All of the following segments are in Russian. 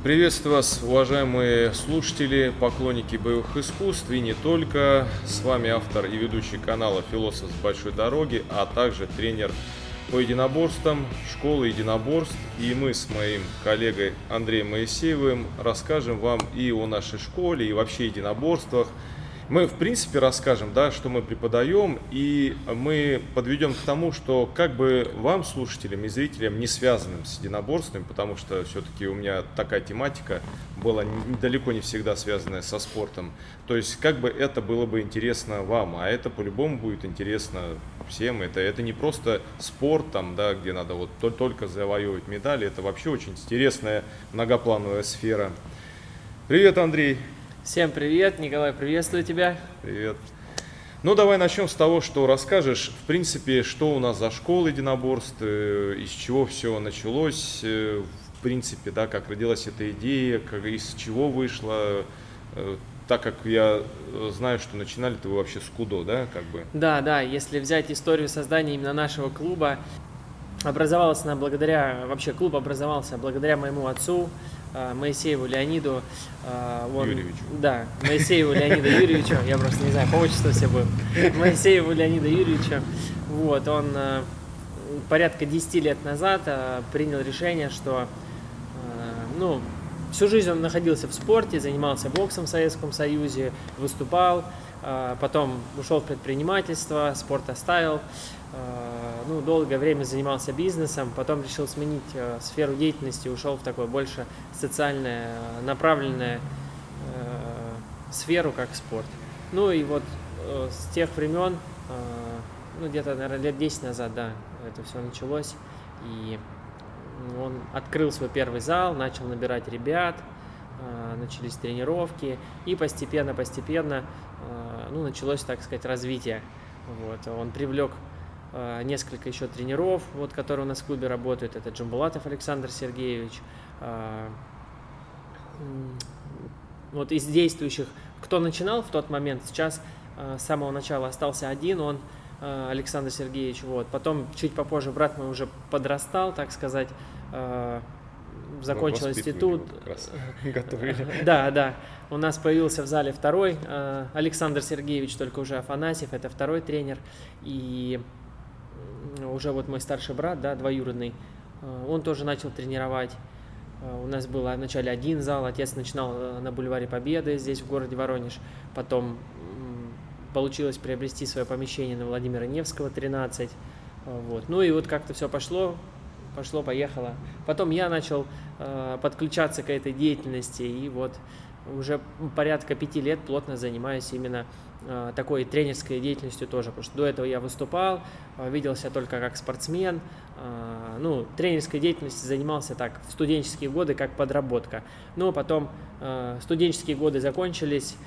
Приветствую вас, уважаемые слушатели, поклонники боевых искусств и не только. С вами автор и ведущий канала «Философ с большой дороги», а также тренер по единоборствам школы единоборств. И мы с моим коллегой Андреем Моисеевым расскажем вам и о нашей школе, и вообще единоборствах. Мы, в принципе, расскажем, что мы преподаем, и мы подведем к тому, что как бы вам, слушателям и зрителям, не связанным с единоборством, потому что все-таки у меня такая тематика была далеко не всегда связанная со спортом, то есть как бы это было бы интересно вам, а это по-любому будет интересно всем. Это не просто спорт, где надо только завоевывать медали, это вообще очень интересная многоплановая сфера. Привет, Андрей! Всем привет, Николай, приветствую тебя. Привет. Давай начнем с того, что расскажешь, в принципе, что у нас за школа единоборств, из чего все началось, в принципе, как родилась эта идея, из чего вышла, так как я знаю, что начинали-то вы вообще с кудо, Да, если взять историю создания именно нашего клуба, клуб образовался благодаря моему отцу, Моисееву Леониду Юрьевичу. Да, Моисееву Леониду Юрьевичу, я просто не знаю, по отчеству все был. Моисееву Леониду Юрьевичу. Он порядка 10 лет назад принял решение, что всю жизнь он находился в спорте, занимался боксом в Советском Союзе, выступал, потом ушел в предпринимательство, спорт оставил. Долгое время занимался бизнесом, потом решил сменить сферу деятельности, ушел в такую больше социально направленную сферу, как спорт. С тех времен, где-то, наверное, лет 10 назад, это все началось, и он открыл свой первый зал, начал набирать ребят, начались тренировки, и постепенно началось, так сказать, развитие. Он привлек несколько еще тренеров, которые у нас в клубе работают. Это Джамбулатов Александр Сергеевич. Из действующих, кто начинал в тот момент, сейчас с самого начала остался один, он Александр Сергеевич. Потом чуть попозже брат мой уже подрастал, так сказать, закончил институт. Готовили. Да. У нас появился в зале второй Александр Сергеевич, только уже Афанасьев, это второй тренер. И уже мой старший брат, двоюродный, он тоже начал тренировать. У нас был вначале один зал, отец начинал на бульваре Победы здесь, в городе Воронеж. Потом получилось приобрести свое помещение на Владимира Невского, 13. Как-то все пошло-поехало. Потом я начал подключаться к этой деятельности, и уже порядка 5 лет плотно занимаюсь именно такой тренерской деятельностью тоже, потому что до этого я выступал, виделся только как спортсмен, тренерской деятельностью занимался так в студенческие годы, как подработка. Но потом студенческие годы закончились,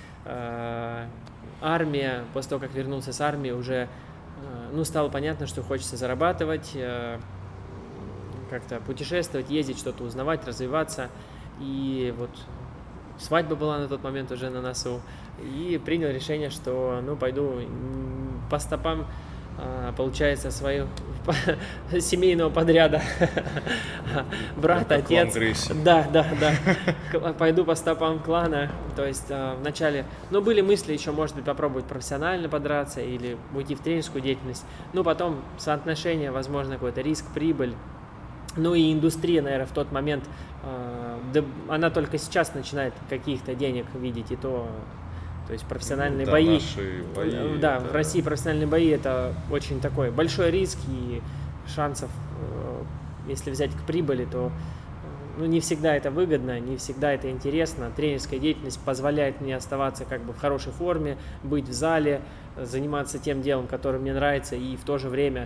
армия, после того, как вернулся с армии, уже стало понятно, что хочется зарабатывать, как-то путешествовать, ездить, что-то узнавать, развиваться. И свадьба была на тот момент уже на носу. И принял решение, что пойду по стопам, получается, своего семейного подряда. Брат, отец. Да. Пойду по стопам клана. То есть вначале, были мысли еще, может быть, попробовать профессионально подраться или уйти в тренерскую деятельность. Потом соотношение, возможно, какой-то риск-прибыль. И индустрия, наверное, в тот момент, она только сейчас начинает каких-то денег видеть, и то есть профессиональные бои. В России профессиональные бои — это очень такой большой риск, и шансов, если взять к прибыли, то не всегда это выгодно, не всегда это интересно. Тренерская деятельность позволяет мне оставаться в хорошей форме, быть в зале, заниматься тем делом, которое мне нравится, и в то же время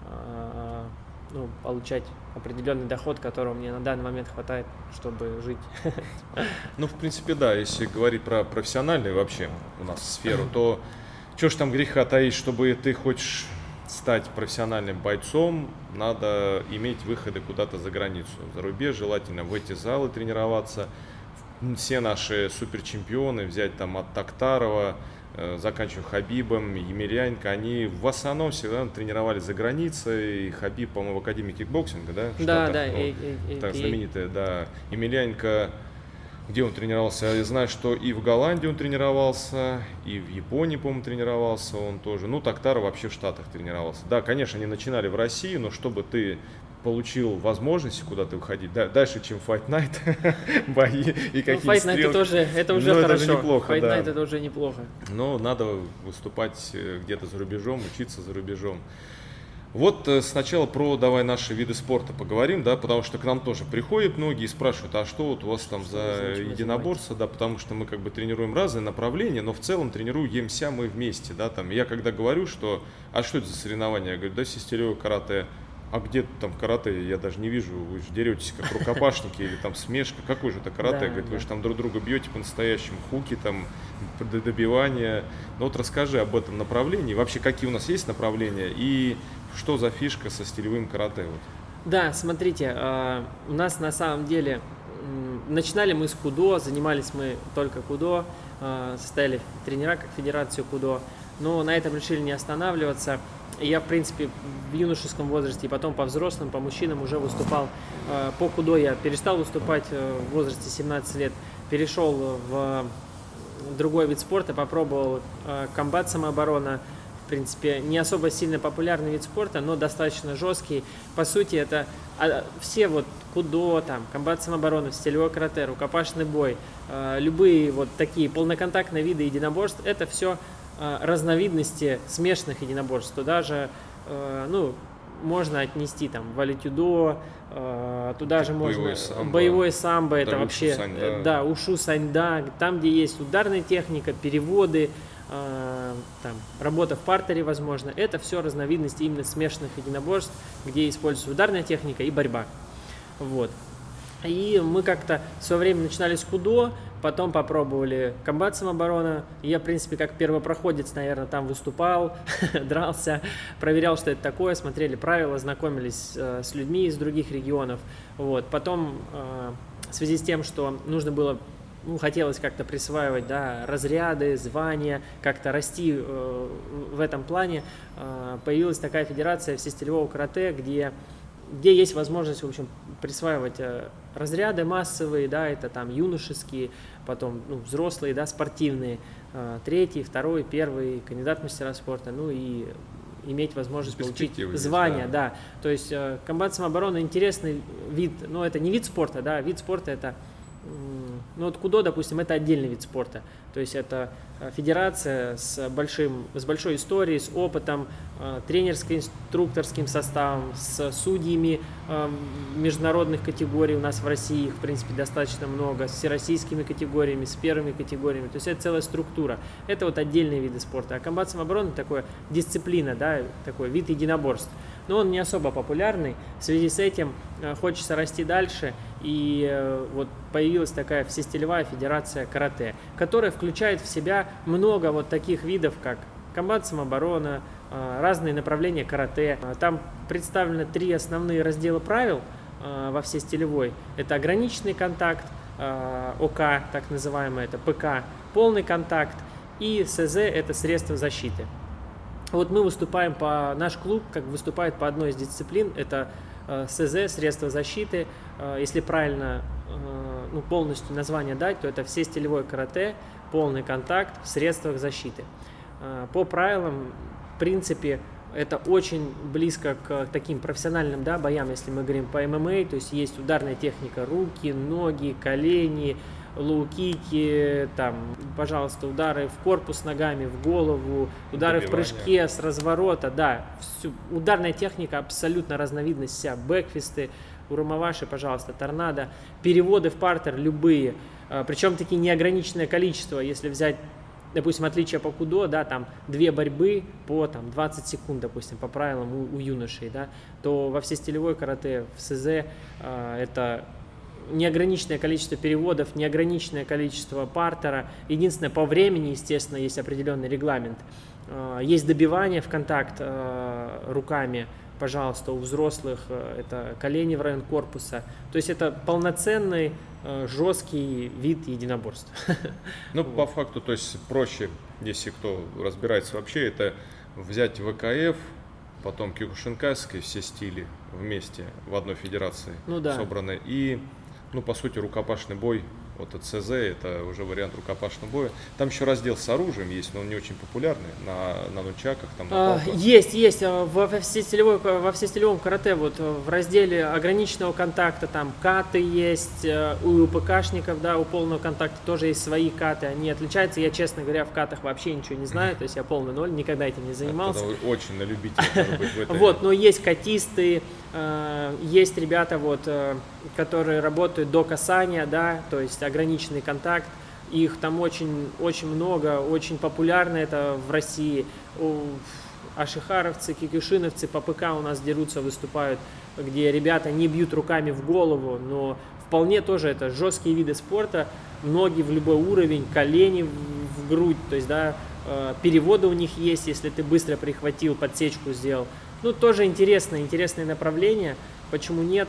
получать определенный доход, которого мне на данный момент хватает, чтобы жить. В принципе, если говорить про профессиональную вообще у нас сферу, то что ж там греха таить, чтобы ты хочешь стать профессиональным бойцом, надо иметь выходы куда-то за границу, за рубеж, желательно в эти залы тренироваться. Все наши суперчемпионы, взять от Токтарова, заканчивая Хабибом, Емельяненко, они в основном всегда тренировались за границей. И Хабиб, по-моему, в Академии кикбоксинга, Да, знаменитая, Емельяненко Где он тренировался? Я знаю, что и в Голландии он тренировался, и в Японии, по-моему, тренировался он тоже. Ну, Токтаров вообще в Штатах тренировался. Да, конечно, они начинали в России, но чтобы ты получил возможность куда-то выходить дальше, чем Fight Night, бои и какие-то Fight Night тоже, это уже хорошо. Это неплохо, Fight да. Night это уже неплохо. Но надо выступать где-то за рубежом, учиться за рубежом. Вот сначала давай наши виды спорта поговорим, да, потому что к нам тоже приходят многие и спрашивают, а что вот у вас там за единоборство, да, потому что мы как бы тренируем разные направления, но в целом тренируемся мы вместе, да, там, я когда говорю, что, а что это за соревнования, я говорю, да, сестеревое карате, а где там карате, я даже не вижу, вы же деретесь как рукопашники или там смешка, какой же это карате, говорит, вы же там друг друга бьете по-настоящему, хуки там, добивания, ну вот расскажи об этом направлении, вообще какие у нас есть направления и что за фишка со стилевым карате? Вот. Да, смотрите, у нас на самом деле начинали мы с кудо, занимались мы только кудо, состояли тренера как федерацию кудо, но на этом решили не останавливаться. Я, в принципе, в юношеском возрасте и потом по взрослым, по мужчинам уже выступал по кудо. Я перестал выступать в возрасте 17 лет, перешел в другой вид спорта, попробовал комбат самооборона. В принципе, не особо сильно популярный вид спорта, но достаточно жесткий. По сути, это все вот кудо, там, комбат самообороны, стилевой карате, рукопашный бой, любые вот такие полноконтактные виды единоборств, это все разновидности смешанных единоборств. Туда же, ну, можно отнести там валютюдо, туда же можно боевое самбо, это вообще, да, ушу саньда, там, где есть ударная техника, переводы, там, работа в партере, возможно, это все разновидности именно смешанных единоборств, где используется ударная техника и борьба. Вот. И мы как-то в свое время начинали с кудо, потом попробовали комбат самооборона. Я, в принципе, как первопроходец, наверное, там выступал, дрался, проверял, что это такое, смотрели правила, знакомились с людьми из других регионов. Вот. Потом, в связи с тем, что нужно было, хотелось как-то присваивать, да, разряды, звания, как-то расти в этом плане, появилась такая федерация всестилевого карате, где есть возможность, в общем, присваивать разряды массовые, да, это там юношеские, потом взрослые, да, спортивные, 3-й, 2-й, 1-й, кандидат в мастера спорта, ну и иметь возможность получить звание, да. То есть комбат самообороны интересный вид, но это не вид спорта, да, вид спорта это, ну вот кудо, допустим, это отдельный вид спорта, то есть это федерация с большой историей, с опытом, тренерско-инструкторским составом, с судьями международных категорий у нас в России, их, в принципе, достаточно много, с всероссийскими категориями, с первыми категориями, то есть это целая структура. Это вот отдельные виды спорта. А комбат самообороны такое дисциплина, да, такой вид единоборств. Но он не особо популярный, в связи с этим хочется расти дальше, и вот появилась такая всестилевая федерация карате, которая включает в себя много вот таких видов, как комбат самооборона, разные направления карате. Там представлены 3 основные раздела правил во всестилевой. Это ограниченный контакт, ОК, так называемый, это ПК, полный контакт, и СЗ – это средства защиты. Вот мы выступаем наш клуб как выступает по одной из дисциплин, это СЗ, средства защиты. Если правильно полностью название дать, то это всестилевой карате, полный контакт в средствах защиты. По правилам, в принципе, это очень близко к таким профессиональным, да, боям, если мы говорим по ММА, то есть есть ударная техника руки, ноги, колени, лоу-кики, там, пожалуйста, удары в корпус ногами, в голову, удары в прыжке с разворота, да, ударная техника абсолютно разновидность вся, бэкфисты, урамаваши, пожалуйста, торнадо, переводы в партер любые, причем такие неограниченное количество, если взять, допустим, отличие по кудо, да, там 2 борьбы по там 20 секунд, допустим, по правилам у юношей, да, то во всестилевой карате в СЗ это неограниченное количество переводов, неограниченное количество партера. Единственное, по времени, естественно, есть определенный регламент. Есть добивание в контакт руками, пожалуйста, у взрослых это колени в район корпуса. То есть это полноценный, жесткий вид единоборств. Ну, по факту, то есть проще, если кто разбирается вообще, это взять ВКФ, потом киокушинкайский, все стили вместе в одной федерации собраны, и, ну, по сути, рукопашный бой Вот от СЗ это уже вариант рукопашного боя. Там еще раздел с оружием есть, но он не очень популярный на нунчаках, там на палках. Есть. Во всестилевом карате вот в разделе ограниченного контакта там каты есть, у ПКшников, да, у полного контакта тоже есть свои каты, они отличаются. Я, честно говоря, в катах вообще ничего не знаю, то есть я полный ноль, никогда этим не занимался. Это очень на любителя, может быть, в этой... Вот, но есть катисты, есть ребята, вот, которые работают до касания, да, то есть ограниченный контакт. Их там очень много, очень популярно это в России. Ашихаровцы, кикюшиновцы по ПК у нас дерутся, выступают, где ребята не бьют руками в голову, но вполне тоже это жесткие виды спорта, ноги в любой уровень, колени в грудь, то есть, да, переводы у них есть, если ты быстро прихватил, подсечку сделал. Ну, тоже интересное направление, почему нет?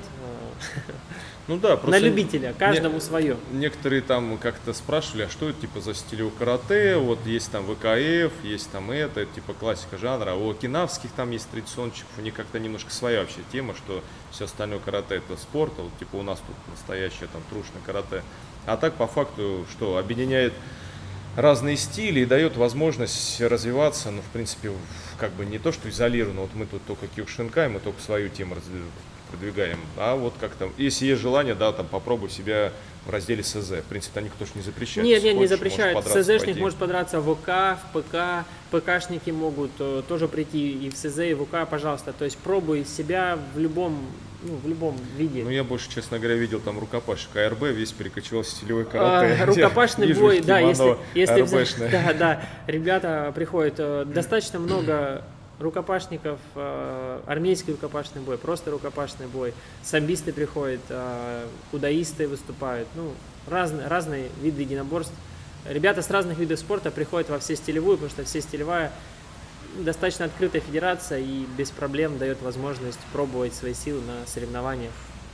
Ну да, просто на любителя, каждому свое. Некоторые там как-то спрашивали, а что это типа за стилевое карате, вот есть там ВКФ, есть там это типа классика жанра, а у окинавских там есть традиционщиков, у них как-то немножко своя вообще тема, что все остальное карате это спорт, а вот типа у нас тут настоящее там трушное карате. А так по факту, что объединяет разные стили и дает возможность развиваться, ну в принципе как бы не то, что изолированно, вот мы тут только киокушинкай, мы только свою тему продвигаем, а вот как-то, если есть желание, да, там попробуй себя в разделе СЗ. В принципе, никто тоже не запрещает. Нет, не запрещают. СЗшник может подраться в ВК, в ПК, ПКшники могут тоже прийти и в СЗ, и в ВК, пожалуйста. То есть пробуй себя в любом виде. Ну, я больше, честно говоря, видел там рукопашек АРБ, весь перекочевал в стилевой карате. Рукопашный бой, да, если взять, да, ребята приходят, достаточно много рукопашников, армейский рукопашный бой, просто рукопашный бой, самбисты приходят, кудаисты выступают, ну, разные виды единоборств. Ребята с разных видов спорта приходят во всестилевую, потому что всестилевая достаточно открытая федерация и без проблем дает возможность пробовать свои силы на соревнованиях.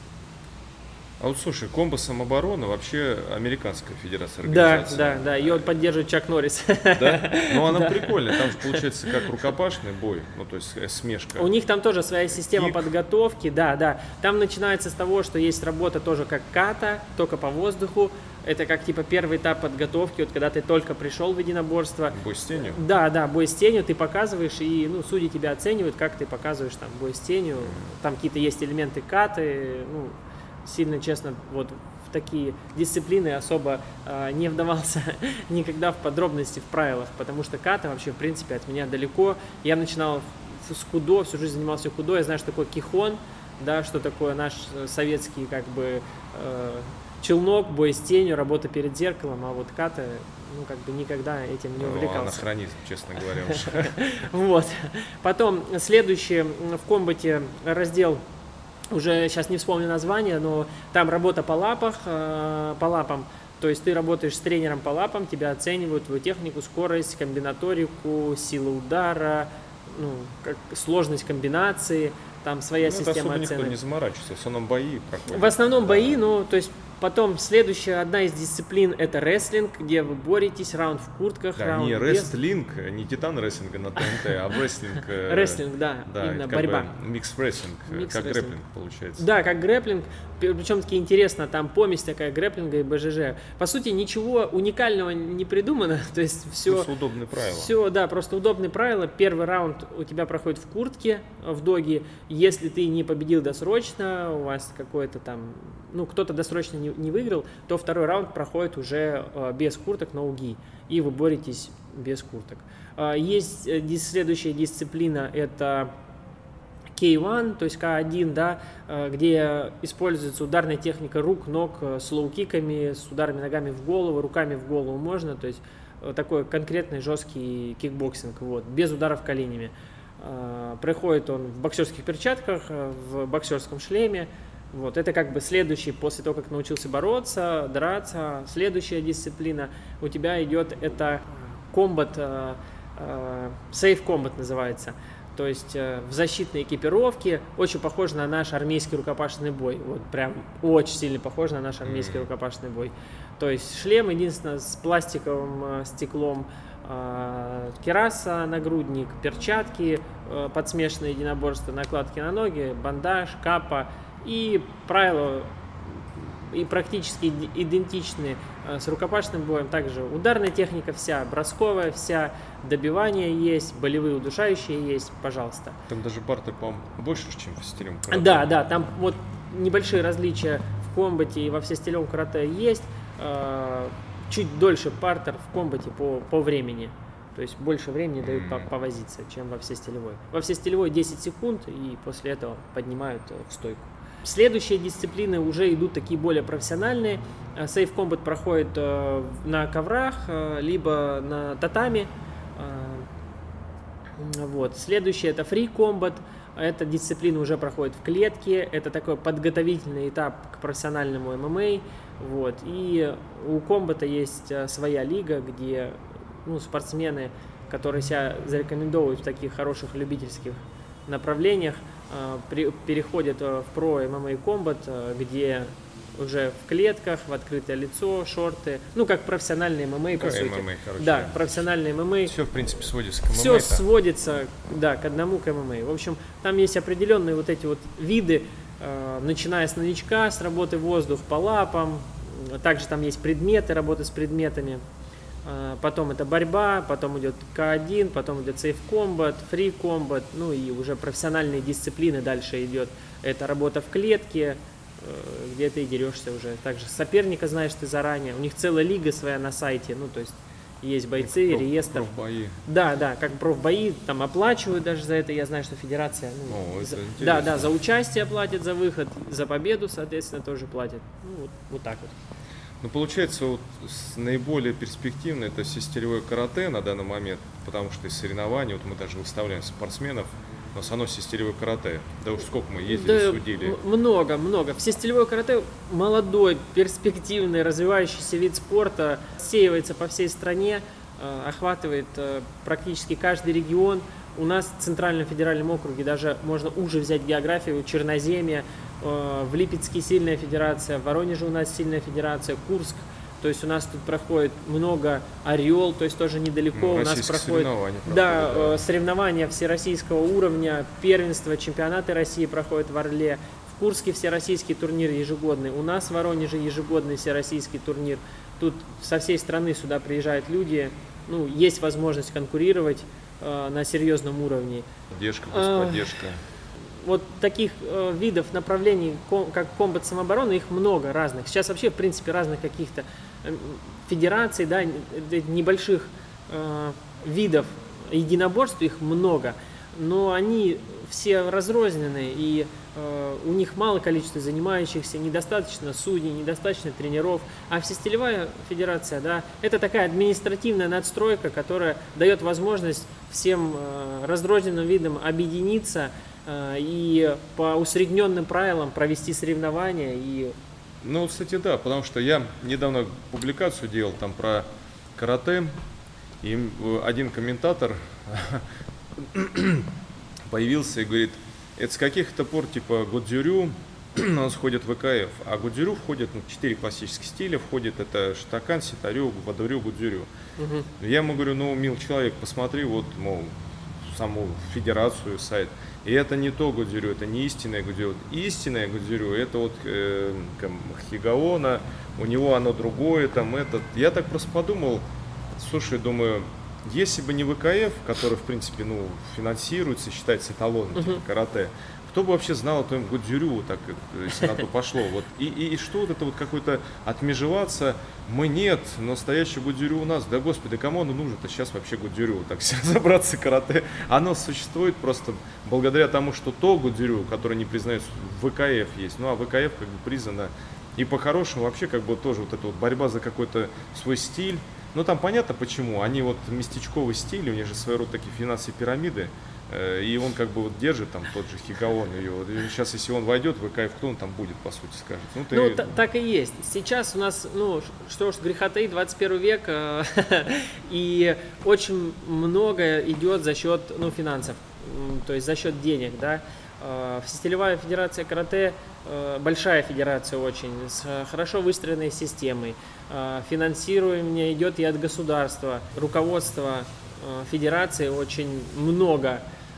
А вот слушай, комбо самообороны вообще американская федерация организации. Да, ее поддерживает Чак Норрис. Да? Ну она прикольная, там же получается как рукопашный бой, ну то есть смешка. У них там тоже своя система подготовки, да. Там начинается с того, что есть работа тоже как ката, только по воздуху. Это как типа первый этап подготовки, вот когда ты только пришел в единоборство. Бой с тенью? Да, бой с тенью, ты показываешь, и судьи тебя оценивают, как ты показываешь там бой с тенью. Там какие-то есть элементы каты, сильно честно, вот в такие дисциплины особо не вдавался никогда в подробности, в правилах, потому что ката вообще, в принципе, от меня далеко. Я начинал с кудо, всю жизнь занимался кудо, я знаю, что такое кихон, да, что такое наш советский, как бы, челнок, бой с тенью, работа перед зеркалом, а вот ката, как бы никогда этим не увлекался. Анахронизм, честно говоря уж. Вот. Потом следующий в комбате раздел, уже сейчас не вспомню название, но там работа по лапам, то есть ты работаешь с тренером по лапам, тебя оценивают твою технику, скорость, комбинаторику, силу удара, сложность комбинации, там своя система оценок. Никто не заморачивается, в основном бои проходят. В основном бои, то есть потом следующая, одна из дисциплин, это рестлинг, где вы боретесь, раунд в куртках, да, раунд не без... рестлинг, не титан рестлинга на ТНТ, а рестлинг. Рестлинг, да, именно борьба. Микс-рестлинг, как грэпплинг получается. Да, как грэпплинг, причем таки интересно, там помесь такая грэпплинга и БЖЖ. По сути, ничего уникального не придумано, то есть все... Просто удобные правила. Все, да, просто удобные правила. Первый раунд у тебя проходит в куртке, в доге. Если ты не победил досрочно, у вас какой-то там, кто-то досрочно не выиграл, то второй раунд проходит уже без курток, но уги, и вы боретесь без курток. Есть следующая дисциплина, это K1, то есть K1, да, где используется ударная техника рук, ног с лоу-киками, с ударами ногами в голову, руками в голову можно, то есть такой конкретный жесткий кикбоксинг, без ударов коленями. Проходит он в боксерских перчатках, в боксерском шлеме. Это как бы следующий, после того, как научился бороться, драться, следующая дисциплина у тебя идет, это комбат, сейф комбат называется. То есть в защитной экипировке, очень похоже на наш армейский рукопашный бой. Прям очень сильно похоже на наш армейский рукопашный бой. То есть шлем, единственное, с пластиковым стеклом, кираса, нагрудник, перчатки, подсмешанное единоборство, накладки на ноги, бандаж, капа. И правила и практически идентичны с рукопашным боем. Также ударная техника вся, бросковая вся, добивание есть, болевые удушающие есть, пожалуйста. Там даже бартер, по-моему, больше, чем в стилевом карате. Да, там вот небольшие различия в комбате и во всестилевом карате есть. Чуть дольше партер в комбате по времени. То есть больше времени дают повозиться, чем во всестилевой. Во всестилевой 10 секунд, и после этого поднимают в стойку. Следующие дисциплины уже идут такие более профессиональные. Safe Combat проходит на коврах, либо на татами. Вот. Следующее это Free Combat. Эта дисциплина уже проходит в клетке. Это такой подготовительный этап к профессиональному ММА. Вот. И у комбата есть своя лига, где спортсмены, которые себя зарекомендуют в таких хороших любительских направлениях, переходят в про ММА комбат, где уже в клетках, в открытое лицо, шорты, как профессиональные ММА, по сути. ММА, короче. Да, профессиональные ММА. Все, в принципе, сводится к ММА. Все сводится, к одному, к ММА. В общем, там есть определенные вот эти вот виды, начиная с новичка, с работы воздух по лапам, также там есть предметы, работа с предметами. Потом это борьба, потом идет К1, потом идет Safe Combat, Free Combat, и уже профессиональные дисциплины дальше идет. Это работа в клетке, где ты дерешься уже. Также соперника знаешь ты заранее. У них целая лига своя на сайте, то есть есть бойцы, реестр. Профбои. Да, как профбои, там оплачивают даже за это. Я знаю, что федерация. За участие платят, за выход, за победу, соответственно, тоже платят. Вот так вот. Получается, наиболее перспективно это всестилевое карате на данный момент, потому что из соревнований, мы даже выставляем спортсменов, но оно всестилевое карате. Да уж сколько мы ездили, судили. Много. Всестилевое карате молодой, перспективный, развивающийся вид спорта, сеивается по всей стране, охватывает практически каждый регион. У нас в Центральном федеральном округе даже можно уже взять географию, Черноземье, в Липецке сильная федерация, в Воронеже у нас сильная федерация, Курск. То есть у нас тут проходит много, Орел, то есть тоже недалеко у нас проходит соревнования всероссийского уровня, первенства, чемпионаты России проходят в Орле. В Курске всероссийский турнир ежегодный, у нас в Воронеже ежегодный всероссийский турнир. Тут со всей страны сюда приезжают люди, есть возможность конкурировать на серьезном уровне. Поддержка. Вот таких видов направлений, как комбат самообороны, их много разных. Сейчас вообще, в принципе, разных каких-то федераций, небольших видов единоборств, их много. Но они все разрознены, и у них мало количества занимающихся, недостаточно судей, недостаточно тренеров. А всестилевая федерация, это такая административная надстройка, которая дает возможность всем разрозненным видам объединиться и по усредненным правилам провести соревнования. Кстати, да, потому что я недавно публикацию делал там про карате, и один комментатор появился и говорит, это с каких-то пор типа Годзюрю, у нас входит ВКФ, а Годзюрю входит 4 классических стиля, входит это Шитокан, Ситарю, Вадорю, Годзюрю. Я ему говорю, мил человек, посмотри саму федерацию, сайт. И это не то Годзюрю, это не истинное Годзюрю. Истинное Годзюрю, это Хигаона, у него оно другое, Я так просто подумал, слушай, думаю, если бы не ВКФ, который, в принципе, финансируется, считается эталоном карате, кто бы вообще знал о том Годзюрю, так, если на то пошло. И что это какой-то отмежеваться, мы нет, настоящий Годзюрю у нас. Да господи, кому оно нужно-то сейчас вообще Годзюрю? Так разобраться карате. Оно существует просто благодаря тому, что то Годзюрю, которое не признается, в ВКФ есть. А ВКФ признано. И по-хорошему вообще тоже эта борьба за какой-то свой стиль. Там понятно почему. Они местечковый стиль, у них же своего рода такие финансовые пирамиды. И он держит тот же Хигаон ее. И сейчас, если он войдет в ВКФ, кто он там будет, по сути, скажет? Так и есть. Сейчас у нас, что ж, греха таить, 21 век, и очень много идет за счет финансов, то есть за счет денег, Всестилевая федерация карате большая федерация очень, с хорошо выстроенной системой. Финансирование идет и от государства, руководства федерации очень много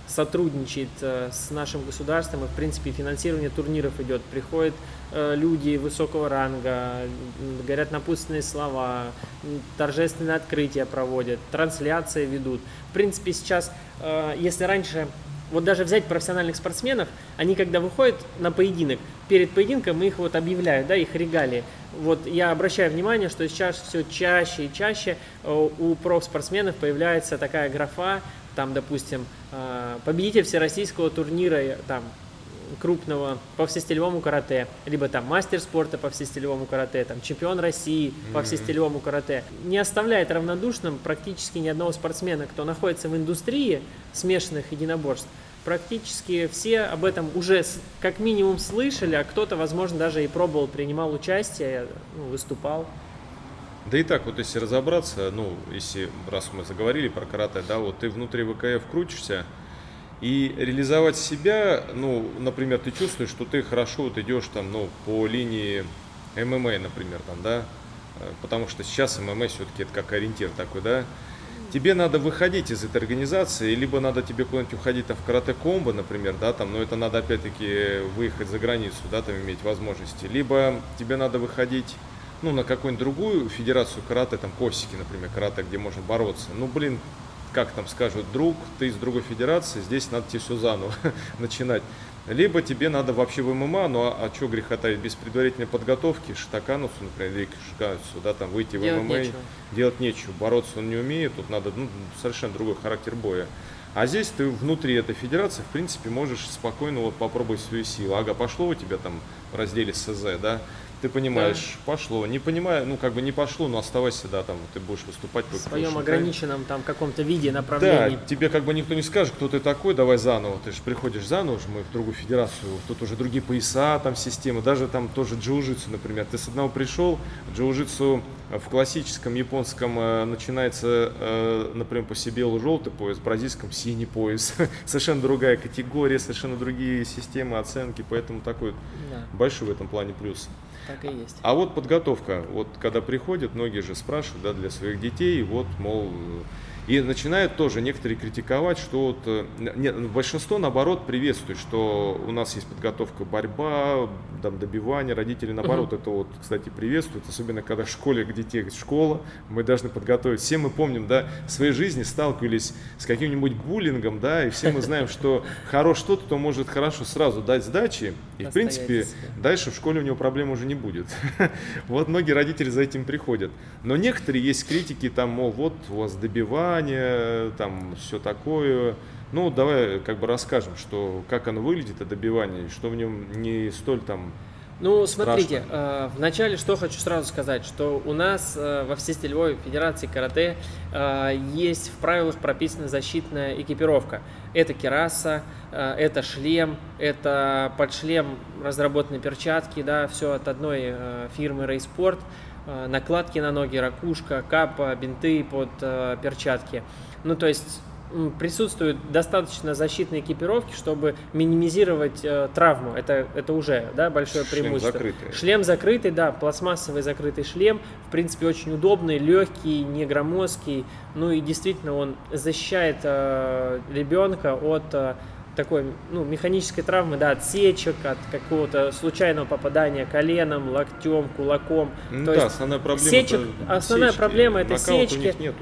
сотрудничает с нашим государством, и, в принципе, финансирование турниров идет. Приходят люди высокого ранга, говорят напутственные слова, торжественное открытие проводят, трансляции ведут. В принципе, сейчас, если раньше, вот даже взять профессиональных спортсменов, они когда выходят на поединок, перед поединком их вот объявляют, да, их регалии. Вот я обращаю внимание, что сейчас все чаще и чаще у профспортсменов появляется такая графа, там, допустим, победитель всероссийского турнира, там, крупного по всестилевому карате, либо там мастер спорта по всестилевому карате, там чемпион России по всестилевому карате, не оставляет равнодушным практически ни одного спортсмена, кто находится в индустрии смешанных единоборств. Практически все об этом уже как минимум слышали, а кто-то, возможно, даже и пробовал, принимал участие, выступал. Да и так, вот если разобраться, если раз мы заговорили про карате, да, вот ты внутри ВКФ крутишься, и реализовать себя, например, ты чувствуешь, что ты хорошо вот идешь там, по линии ММА, например, там, да, потому что сейчас ММА все-таки это как ориентир такой, да. Тебе надо выходить из этой организации, либо надо тебе куда-нибудь уходить там в карате-комбо, например, да, там, но это надо опять-таки выехать за границу, да, там иметь возможности, либо тебе надо выходить, на какую-нибудь другую федерацию карате, там, Косики, например, карате, где можно бороться, как там скажут, друг, ты из другой федерации, здесь надо тебе все заново начинать. Либо тебе надо вообще в ММА, а что греха таить, без предварительной подготовки, Шитаканусу, например, или Кишканусу, да, там выйти в ММА, делать нечего, бороться он не умеет, тут надо совершенно другой характер боя. А здесь ты внутри этой федерации, в принципе, можешь спокойно вот попробовать свою силу. Ага, пошло у тебя там в разделе СЗ, да, ты понимаешь, да. Пошло, не понимая, не пошло, но оставайся, да, там, ты будешь выступать в своем ограниченном там каком-то виде, направлении. Да, тебе никто не скажет, кто ты такой, давай заново, ты же приходишь заново, мы в другую федерацию, тут уже другие пояса, там системы, даже там тоже джиу-джитсу, например, ты с одного пришел, джиу-джитсу в классическом японском начинается, например, по себе желтый пояс, в бразильском синий пояс, совершенно другая категория, совершенно другие системы оценки, поэтому такой большой в этом плане плюс. Так и есть. А вот подготовка, вот когда приходят, многие же спрашивают, да, для своих детей, вот, мол, и начинают тоже некоторые критиковать, что большинство, наоборот, приветствует, что у нас есть подготовка, борьба, там, добивание, родители, наоборот, это вот, кстати, приветствуют, особенно когда в школе, к детей школа, мы должны подготовить. Все мы помним, да, в своей жизни сталкивались с каким-нибудь буллингом, да, и все мы знаем, что хорош тот, кто может хорошо сразу дать сдачи, и, в принципе, дальше в школе у него проблем уже не будет. Вот многие родители за этим приходят. Но некоторые есть критики, там, мол, вот у вас добивание, там, все такое. Давай расскажем, как оно выглядит, это добивание, что в нем не столь там смотрите, вначале что хочу сразу сказать, что у нас во Всестилевой Федерации карате есть в правилах прописана защитная экипировка. Это кираса, это шлем, это под шлем разработанные перчатки, да, все от одной фирмы Рейспорт, накладки на ноги, ракушка, капа, бинты под перчатки. То есть присутствует достаточно защитной экипировки, чтобы минимизировать травму. Это уже, да, большое преимущество. Шлем закрытый, да, пластмассовый закрытый шлем. В принципе, очень удобный, легкий, не громоздкий. И действительно он защищает ребенка от такой, механической травмы, да, отсечек, от какого-то случайного попадания коленом, локтем, кулаком. Основная проблема. Основная проблема это сечки. У них нету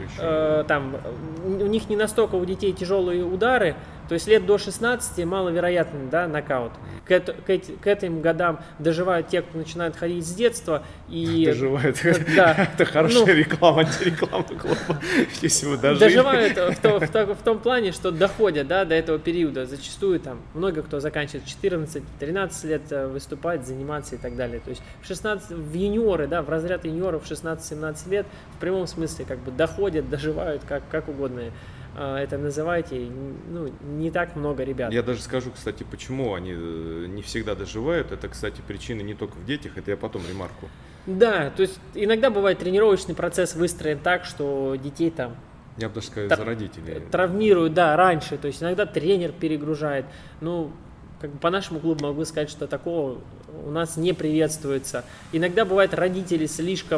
еще. У них не настолько у детей тяжелые удары, то есть лет до 16 маловероятный, да, нокаут. К этим годам доживают те, кто начинает ходить с детства. Доживают. Да. Это хорошая реклама, антирекламный клуб. Если вы дожили. Доживают в том плане, что доходят, да, до этого периода. Зачастую там много кто заканчивает 14-13 лет выступать, заниматься и так далее. То есть в юниоры, да, в разряд юниоров 16-17 лет в прямом смысле доходят, доживают, как угодно это называйте, не так много ребят. Я даже скажу, кстати, почему они не всегда доживают. Это, кстати, причина не только в детях, это я потом ремарку. Да, то есть иногда бывает тренировочный процесс выстроен так, что детей там я бы даже сказал, за родителей. Травмируют, да, раньше. То есть иногда тренер перегружает. По нашему клубу могу сказать, что такого у нас не приветствуется. Иногда бывает родители слишком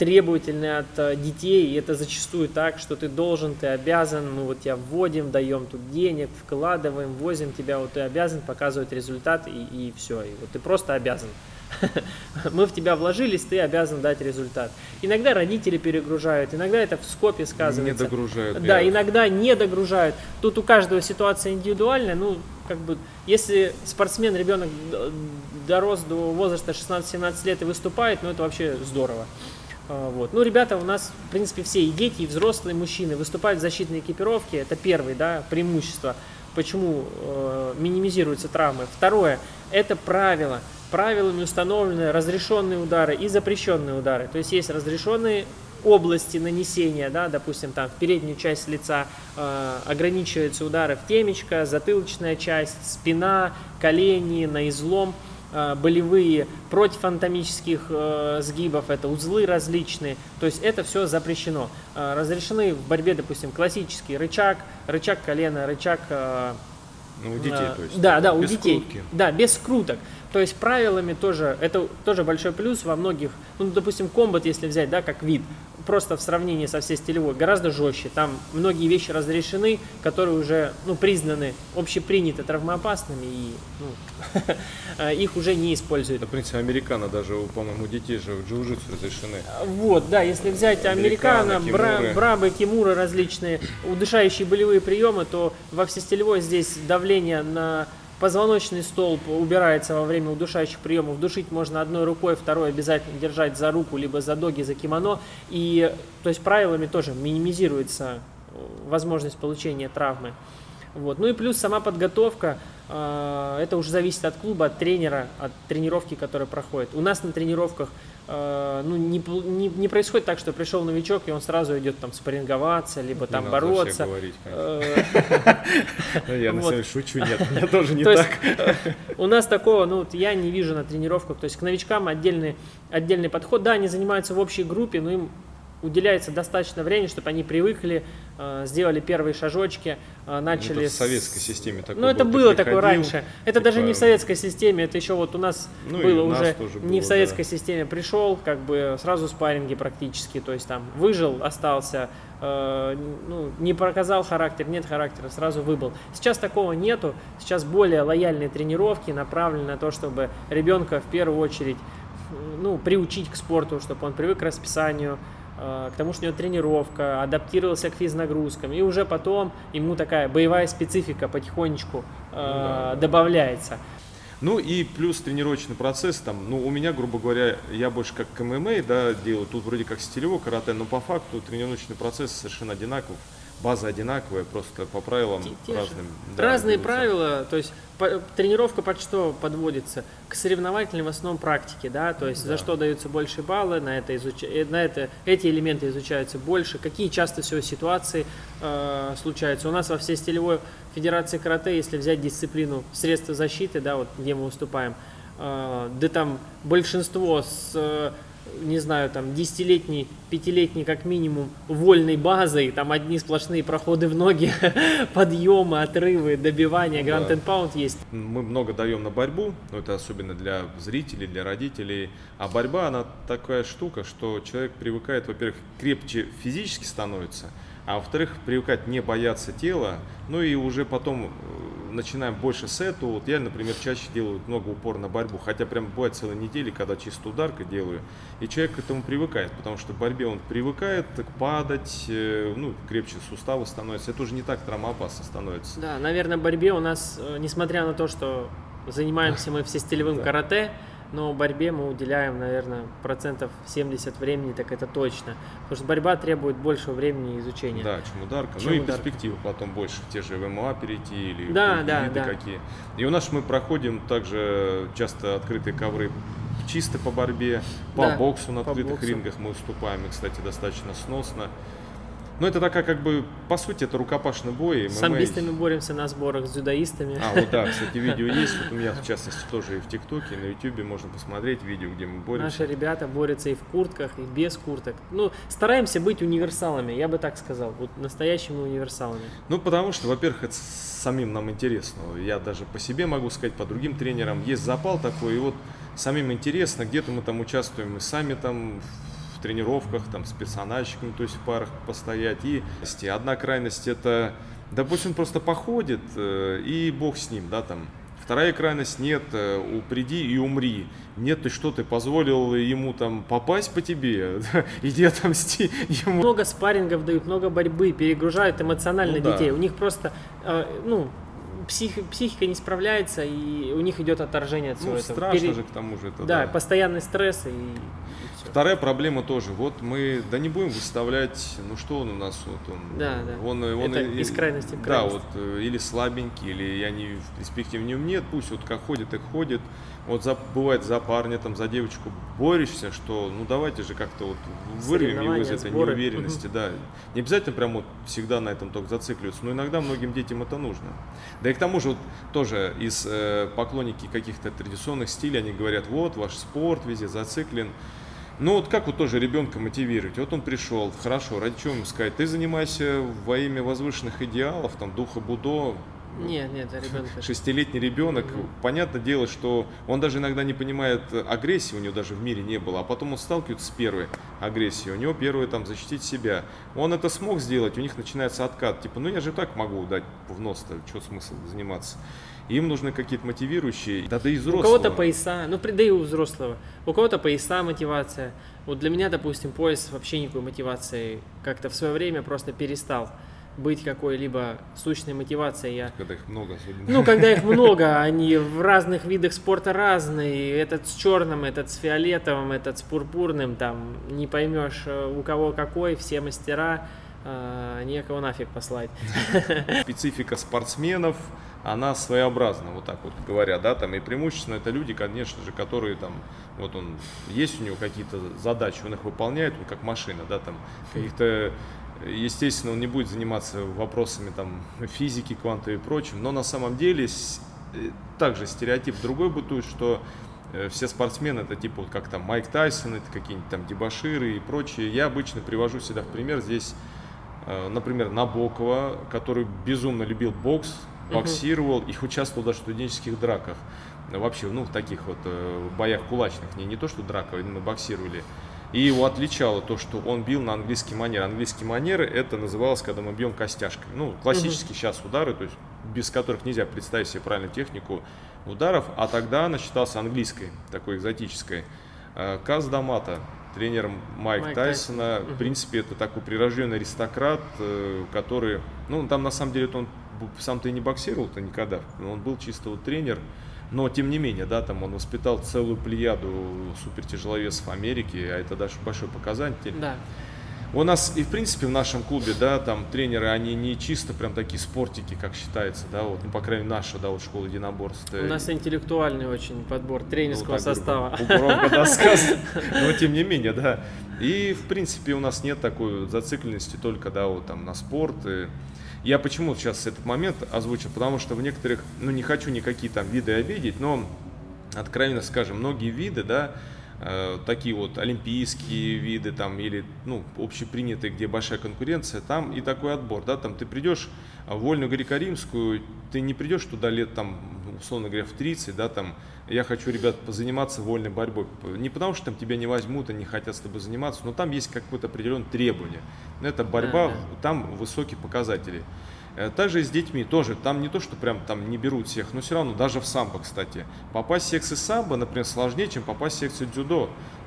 требовательны от детей, и это зачастую так, что ты должен, ты обязан, мы вот тебя вводим, даем тут денег, вкладываем, возим тебя, вот ты обязан показывать результат, и все, и вот ты просто обязан. Мы в тебя вложились, ты обязан дать результат. Иногда родители перегружают, иногда это в скопе сказывается. Не догружают. Да, иногда не догружают. Тут у каждого ситуация индивидуальная. Ну, как бы, если спортсмен, ребенок дорос до возраста 16-17 лет и выступает, ну, это вообще здорово. Вот. Ну, ребята у нас, в принципе, все, и дети, и взрослые мужчины выступают в защитной экипировке. Это первое, да, преимущество. Почему минимизируются травмы. Второе, это правило. Правилами установлены разрешенные удары и запрещенные удары. То есть есть разрешенные области нанесения, да, допустим, там в переднюю часть лица ограничиваются удары в темечко, затылочная часть, спина, колени, на излом, болевые против анатомических сгибов, это узлы различные, то есть это все запрещено. Разрешены в борьбе, допустим, классический рычаг колена, рычаг... Ну, у детей, то есть. Да, у без детей. скрутки. Да, без скруток. То есть правилами тоже, это тоже большой плюс во многих, ну, допустим, комбат, если взять, да, как вид, просто в сравнении со всей стилевой, гораздо жестче. Там многие вещи разрешены, которые уже, ну, признаны, общеприняты травмоопасными, и их уже не используют. Да, в принципе, американо даже, по-моему, у детей же в джиу-джитсу разрешены. Вот, да, если взять американо, брабы, кимуры различные, удушающие болевые приемы, то во всестилевой здесь давление на позвоночный столб убирается во время удушающих приемов. Душить можно одной рукой, второй обязательно держать за руку, либо за доги, за кимоно. И, то есть правилами тоже минимизируется возможность получения травмы. Вот. Ну и плюс сама подготовка, это уже зависит от клуба, от тренера, от тренировки, которая проходит. У нас на тренировках не происходит так, что пришел новичок, и он сразу идет там спарринговаться, либо там бороться. Я на самом деле шучу, нет, мне тоже не так. так. У нас такого, ну, я не вижу на тренировках. То есть к новичкам отдельный подход. Да, они занимаются в общей группе, но им уделяется достаточно времени, чтобы они привыкли, сделали первые шажочки, начали... Это в советской системе такое. Ну, это было такое раньше. Это даже не в советской системе, это еще вот у нас было уже не в советской системе. Пришел, как бы сразу спарринги практически, то есть там выжил, остался, не показал характер, нет характера, сразу выбыл. Сейчас такого нету, сейчас более лояльные тренировки, направлены на то, чтобы ребенка в первую очередь, приучить к спорту, чтобы он привык к расписанию, к тому, что у него тренировка, адаптировался к физнагрузкам, и уже потом ему такая боевая специфика потихонечку добавляется. Ну и плюс тренировочный процесс, там, у меня, грубо говоря, я больше как к ММА, да, делаю, тут вроде как стилевой карате, но по факту тренировочный процесс совершенно одинаков, база одинаковая, просто по правилам разным. Разные правила, то есть тренировка под что подводится? К соревновательной в основном практике, да, то есть за что даются больше баллы, эти элементы изучаются больше, какие часто всего ситуации случаются. У нас во всей стилевой федерации карате, если взять дисциплину средства защиты, да, вот где мы выступаем, да там большинство с... не знаю, там 10-летний, 5-летний как минимум вольной базой, там одни сплошные проходы в ноги, подъемы, отрывы, добивания, ground and pound есть. Мы много даем на борьбу, но это особенно для зрителей, для родителей, а борьба, она такая штука, что человек привыкает, во-первых, крепче физически становится, а во-вторых, привыкать не бояться тела, ну и уже потом начинаем больше сету. Вот я, например, чаще делаю много упор на борьбу, хотя прям бывает целые недели, когда чисто ударка делаю, и человек к этому привыкает, потому что в борьбе он привыкает падать, крепче суставы становятся, это уже не так травмоопасно становится. Да, наверное, в борьбе у нас, несмотря на то, что занимаемся мы всестилевым карате, но борьбе мы уделяем, наверное, 70% времени, так это точно. Потому что борьба требует большего времени и изучения. Да, чем ударка. И перспективы потом больше, те же в ММА перейти или виды какие. И у нас мы проходим также часто открытые ковры чисто по борьбе, по боксу на открытых рингах мы выступаем, и, кстати, достаточно сносно. Но это такая, как бы, по сути, это рукопашный бой. С самбистами боремся на сборах, с дзюдоистами. Кстати, видео есть. Вот у меня, в частности, тоже и в ТикТоке, и на Ютубе можно посмотреть видео, где мы боремся. Наши ребята борются и в куртках, и без курток. Стараемся быть универсалами, я бы так сказал. Вот настоящими универсалами. Потому что, во-первых, это самим нам интересно. Я даже по себе могу сказать, по другим тренерам. Есть запал такой, и вот самим интересно, где-то мы там участвуем, и сами там в тренировках, там, с персональщиками, то есть в парах постоять. И одна крайность это, да пусть он просто походит, и бог с ним, да, там. Вторая крайность нет, приди и умри. Нет, ты что, ты позволил ему там попасть по тебе, иди отомсти ему. Много спаррингов дают, много борьбы, перегружают эмоционально детей. У них просто, психика не справляется, и у них идет отторжение от всего этого. Страшно же к тому же это. Да, постоянный стресс и все. Вторая проблема тоже. Вот мы, не будем выставлять, что он у нас, вот он. Да. Он это из крайности в крайность. Да, вот или слабенький, или я не в перспективе в нем нет, пусть вот как ходит, так ходит. Вот бывает за парня, там, за девочку борешься, что давайте же как-то вот вырвем его из этой неуверенности, да. Не обязательно прям вот всегда на этом только зацикливаться, но иногда многим детям это нужно. Да и к тому же вот тоже из поклонники каких-то традиционных стилей, они говорят, вот ваш спорт везде зациклен. Вот как вот тоже ребенка мотивировать? Вот он пришел, хорошо, ради чего ему сказать? Ты занимайся во имя возвышенных идеалов, там, духа Буддо. Нет, ребенок. 6-летний ребенок, понятное дело, что он даже иногда не понимает агрессии, у него даже в мире не было, а потом он сталкивается с первой агрессией, у него первое там защитить себя. Он это смог сделать, у них начинается откат, типа, я же так могу дать в нос-то, что смысл заниматься? Им нужны какие-то мотивирующие, да и взрослого. У кого-то пояса, да и у взрослого. У кого-то пояса мотивация. Вот для меня, допустим, пояс вообще никакой мотивации как-то в свое время просто перестал быть какой-либо сущной мотивацией. Когда их много особенно. Когда их много, они в разных видах спорта разные. Этот с черным, этот с фиолетовым, этот с пурпурным, там не поймешь, у кого какой, все мастера, некого нафиг послать. Специфика спортсменов, она своеобразна, вот так вот говоря, да, там и преимущественно это люди, конечно же, которые там, вот он, есть у него какие-то задачи, он их выполняет, он как машина, да, там, каких-то, естественно, он не будет заниматься вопросами там физики, квантовой и прочим, но на самом деле также стереотип другой бытует, что все спортсмены это типа вот как там Майк Тайсон, это какие-нибудь там дебоширы и прочее. Я обычно привожу всегда в пример здесь, например, Набокова, который безумно любил бокс, боксировал, их участвовал даже в студенческих драках. Вообще, в таких вот боях кулачных, не то что драка, именно боксировали. И его отличало то, что он бил на английский манер. Английский манер это называлось, когда мы бьем костяшкой. Классические сейчас удары, то есть без которых нельзя представить себе правильную технику ударов, а тогда она считалась английской, такой экзотической. Каз Дамата, тренер Майк Тайсона, в принципе, это такой прирожденный аристократ, который, там на самом деле он сам-то и не боксировал-то никогда, он был чисто вот тренер, но тем не менее, да, там он воспитал целую плеяду супертяжеловесов Америки, а это даже большой показатель. Да. У нас и в принципе в нашем клубе, да, там тренеры, они не чисто прям такие спортики, как считается, да, вот, по крайней мере, наша, да, вот школа единоборств. У нас интеллектуальный очень подбор тренерского состава. Громко, да, сказано, но тем не менее, да. И в принципе у нас нет такой зацикленности только, да, вот там на спорт. Я почему сейчас этот момент озвучил, потому что в некоторых, не хочу никакие там виды обидеть, но откровенно скажем, многие виды, да, такие вот олимпийские виды там или общепринятые, где большая конкуренция, там и такой отбор, да, там ты придешь в вольную греко-римскую, ты не придешь туда лет там, условно говоря, в 30, да, там, я хочу, ребят, позаниматься вольной борьбой, не потому что там тебя не возьмут и не хотят с тобой заниматься, но там есть какое-то определенное требование, это борьба, там высокие показатели. Также и с детьми тоже, там не то, что прям там не берут всех, но все равно, даже в самбо, кстати, попасть в секцию самбо, например, сложнее, чем попасть в секцию дзюдо.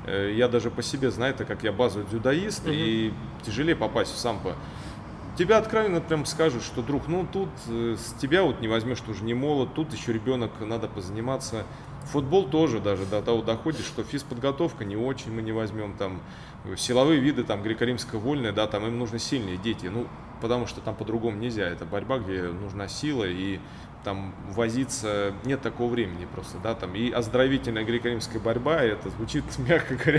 Я даже по себе знаю, так как я базовый дзюдоист, и тяжелее попасть в самбо. Тебя откровенно прям скажут, что, друг, тут с тебя вот не возьмешь, ты уже не молод, тут еще ребенок, надо позаниматься. Футбол тоже даже до того доходит, что физподготовка не очень мы не возьмем, там, силовые виды, там, греко-римская вольная, да, там им нужны сильные дети, потому что там по-другому нельзя, это борьба, где нужна сила, и там возиться, нет такого времени просто, да, там, и оздоровительная греко-римская борьба, это звучит, мягко говоря,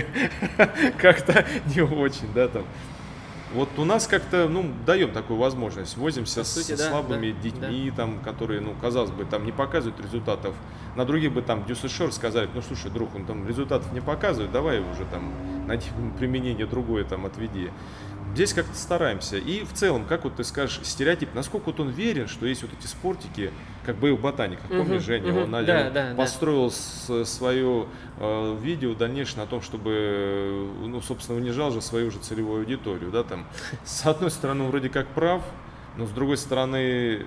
как-то не очень, да, там. Вот у нас как-то, даем такую возможность, возимся со слабыми детьми, там, которые, казалось бы, там не показывают результатов. На других бы там дюсешер сказали, слушай, друг, он там результатов не показывает, давай уже там найди применение другое там отведи. здесь как-то стараемся. И в целом, как вот ты скажешь, стереотип, насколько вот он верен, что есть вот эти спортики, как бы в ботаниках, помнишь, Женя, он построил свое видео дальнейшее на том, чтобы, ну, собственно, унижал же свою же целевую аудиторию, да, там, с одной стороны, вроде как прав, но с другой стороны,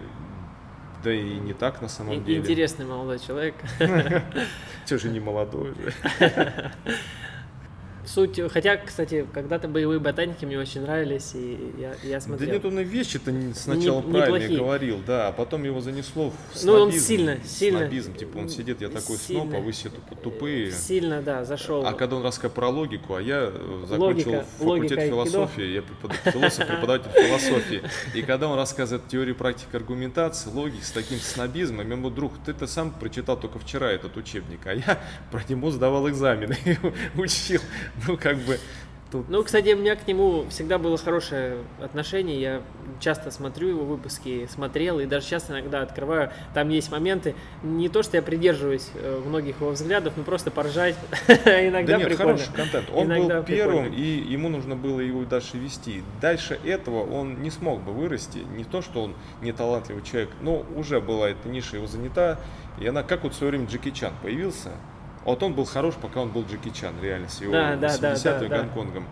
да и не так на самом деле. Интересный молодой человек. Ты же не молодой же. Суть, хотя, кстати, когда-то боевые ботаники мне очень нравились, и я смотрел. Да нет, он и вещи-то сначала правильно говорил, да, а потом его занесло в снобизм. Ну, он сильно. Снобизм, типа, он сидит, я такой сноб, а вы все тупые. Сильно, да, зашел. А когда он рассказал про логику, а я закончил факультет философии, я преподаватель философии, и когда он рассказывает теорию практики аргументации, логики с таким снобизмом, я ему, друг, ты-то сам прочитал только вчера этот учебник, а я про него сдавал экзамены, учил. Ну, как бы тут... Ну, кстати, у меня к нему всегда было хорошее отношение. Я часто смотрю его выпуски, смотрел, и даже сейчас иногда открываю. Там есть моменты, не то, что я придерживаюсь многих его взглядов, но просто поржать. Иногда да нет, прикольно. хороший контент. Он был первым, и ему нужно было его дальше вести. Дальше этого он не смог бы вырасти. Не то, что он не талантливый человек, но уже была эта ниша его занята. И она, как вот в свое время Джеки Чан появился. Вот он был хорош, пока он был Джеки Чан, реально, с его 80-м Гонконгом.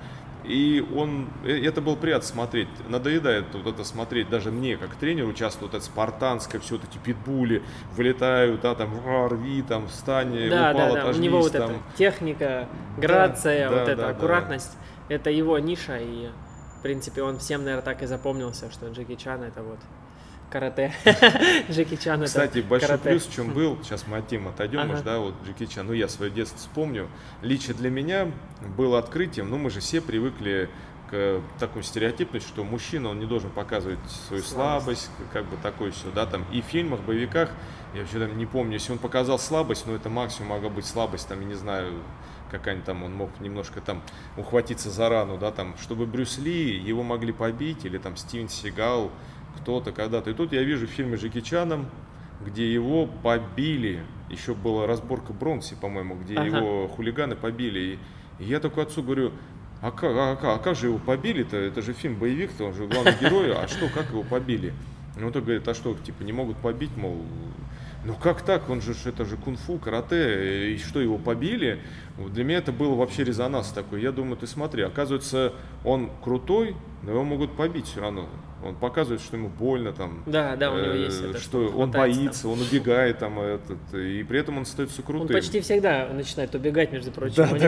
И это было приятно смотреть. Надоедает вот это смотреть, даже мне, как тренеру, часто вот это спартанское, все вот эти питбули вылетают, да, там, рви, там, встань, упал, отожмись. У него вот эта техника, грация, аккуратность, это его ниша, и, в принципе, он всем, наверное, так и запомнился, что Джеки Чан это вот карате. Джеки Чан. Кстати, большой плюс в чем был, сейчас мы от темы отойдем, да, вот Джеки Чан, ну я свое детство вспомню, лично для меня было открытием, ну мы же все привыкли к такой стереотипности, что мужчина, он не должен показывать свою слабость, как бы такое все, да, там, и в фильмах, боевиках, я вообще там не помню, если он показал слабость, но это максимум могла быть слабость, там, я не знаю, какая-нибудь там, он мог немножко там ухватиться за рану, да, там, чтобы Брюс Ли, его могли побить, или там Стивен Сигал, кто-то когда-то. И тут я вижу в фильме с Джеки Чаном, где его побили, еще была разборка Бронкси, по-моему, где его хулиганы побили. И я такой отцу говорю, а как же его побили-то? Это же фильм боевик-то, он же главный герой, а что, как его побили? И он так говорит, а что, типа, не могут побить, мол, ну как так, он же, это же кунг-фу, карате, и что, его побили? Для меня это было вообще резонанс такой. Я думаю, ты смотри, оказывается, он крутой, но его могут побить все равно. Он показывает, что ему больно, там, да, у него есть это, что он боится, там. Он убегает, там, и при этом он остается крутым. Он почти всегда начинает убегать, между прочим. У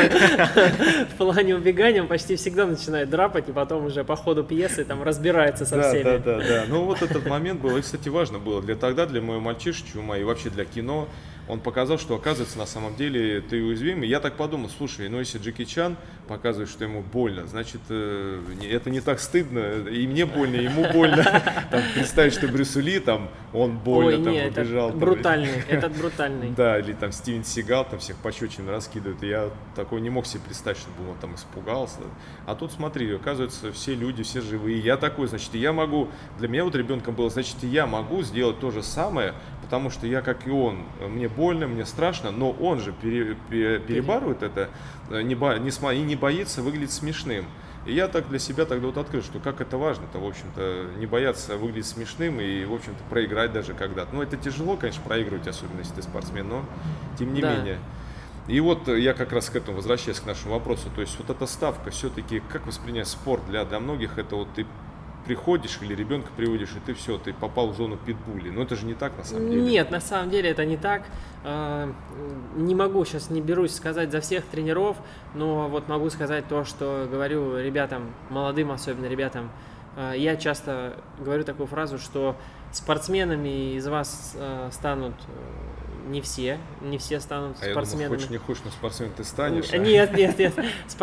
него в плане убегания он почти всегда начинает драпать, и потом уже по ходу пьесы там разбирается со всеми. Да. Ну вот этот момент был, и, кстати, важно было для моего мальчишечьего ума и вообще для кино. Он показал, что, оказывается, на самом деле ты уязвимый. Я так подумал, слушай, ну если Джеки Чан показывает, что ему больно, значит, это не так стыдно, и мне больно, и ему больно. Там, представить, что Брюсу Ли, там, он больно, там, убежал. Этот брутальный. Да, или там Стивен Сигал, там всех пощечин раскидывает. И я такой не мог себе представить, чтобы он там испугался. А тут, смотри, оказывается, все люди, все живые. Я такой, значит, я могу, для меня вот ребенком было, значит, я могу сделать то же самое, потому что я, как и он, мне больно, мне страшно, но он же перебарывает это и не боится выглядеть смешным. И я так для себя тогда вот открыл, что как это важно-то, в общем-то, не бояться выглядеть смешным и, в общем-то, проиграть даже когда-то. Ну, это тяжело, конечно, проигрывать, особенно если ты спортсмен, но тем не менее. И вот я как раз к этому возвращаюсь, к нашему вопросу. То есть вот эта ставка, все-таки, как воспринять спорт для многих, это вот ты приходишь или ребенка приводишь, и ты все, ты попал в зону питбули. Но это же не так на самом деле. Нет, на самом деле это не так. Не могу, сейчас не берусь сказать за всех тренеров, но вот могу сказать то, что говорю ребятам, молодым особенно ребятам. Я часто говорю такую фразу, что спортсменами из вас станут не все станут спортсменами. Я думал, хочешь не хочешь, но спортсменом ты станешь. Нет.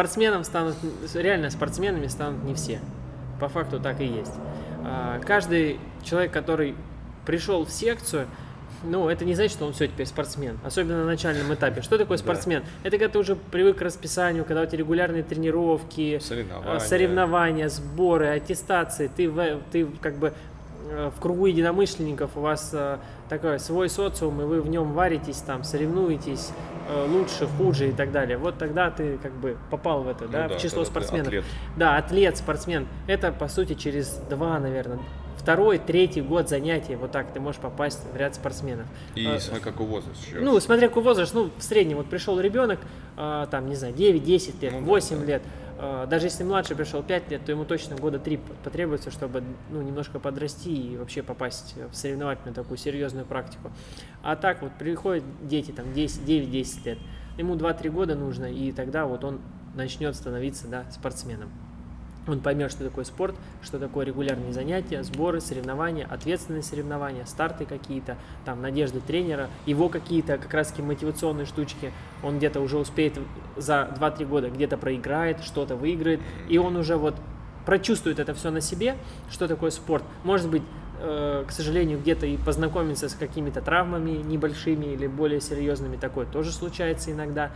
Реально спортсменами станут не все. По факту так и есть. Каждый человек, который пришел в секцию, ну, это не значит, что он все теперь спортсмен, особенно на начальном этапе. Что такое спортсмен? Это когда ты уже привык к расписанию, когда у тебя регулярные тренировки, соревнования, сборы, аттестации, ты как бы в кругу единомышленников, у вас такой свой социум, и вы в нем варитесь, там, соревнуетесь, лучше, хуже и так далее. Вот тогда ты как бы попал в это, в число спортсменов. Атлет. Да, атлет, спортсмен. Это, по сути, через 2, наверное, 2-й, 3-й год занятий, вот так ты можешь попасть в ряд спортсменов. И смотря какой возраст еще. Ну, смотря какой возраст, в среднем, вот пришел ребенок, там, не знаю, 9-10 лет, 8 лет, даже если младший пришел 5 лет, то ему точно года 3 потребуется, чтобы немножко подрасти и вообще попасть в соревновательную такую серьезную практику. А так вот приходят дети, там, 9-10 лет, ему 2-3 года нужно, и тогда вот он начнет становиться, спортсменом. Он поймет, что такое спорт, что такое регулярные занятия, сборы, соревнования, ответственные соревнования, старты какие-то, там, надежды тренера, его какие-то как раз-таки мотивационные штучки. Он где-то уже успеет за 2-3 года где-то проиграет, что-то выиграет, и он уже вот прочувствует это все на себе, что такое спорт. Может быть, к сожалению, где-то и познакомиться с какими-то травмами небольшими или более серьезными, такое тоже случается иногда.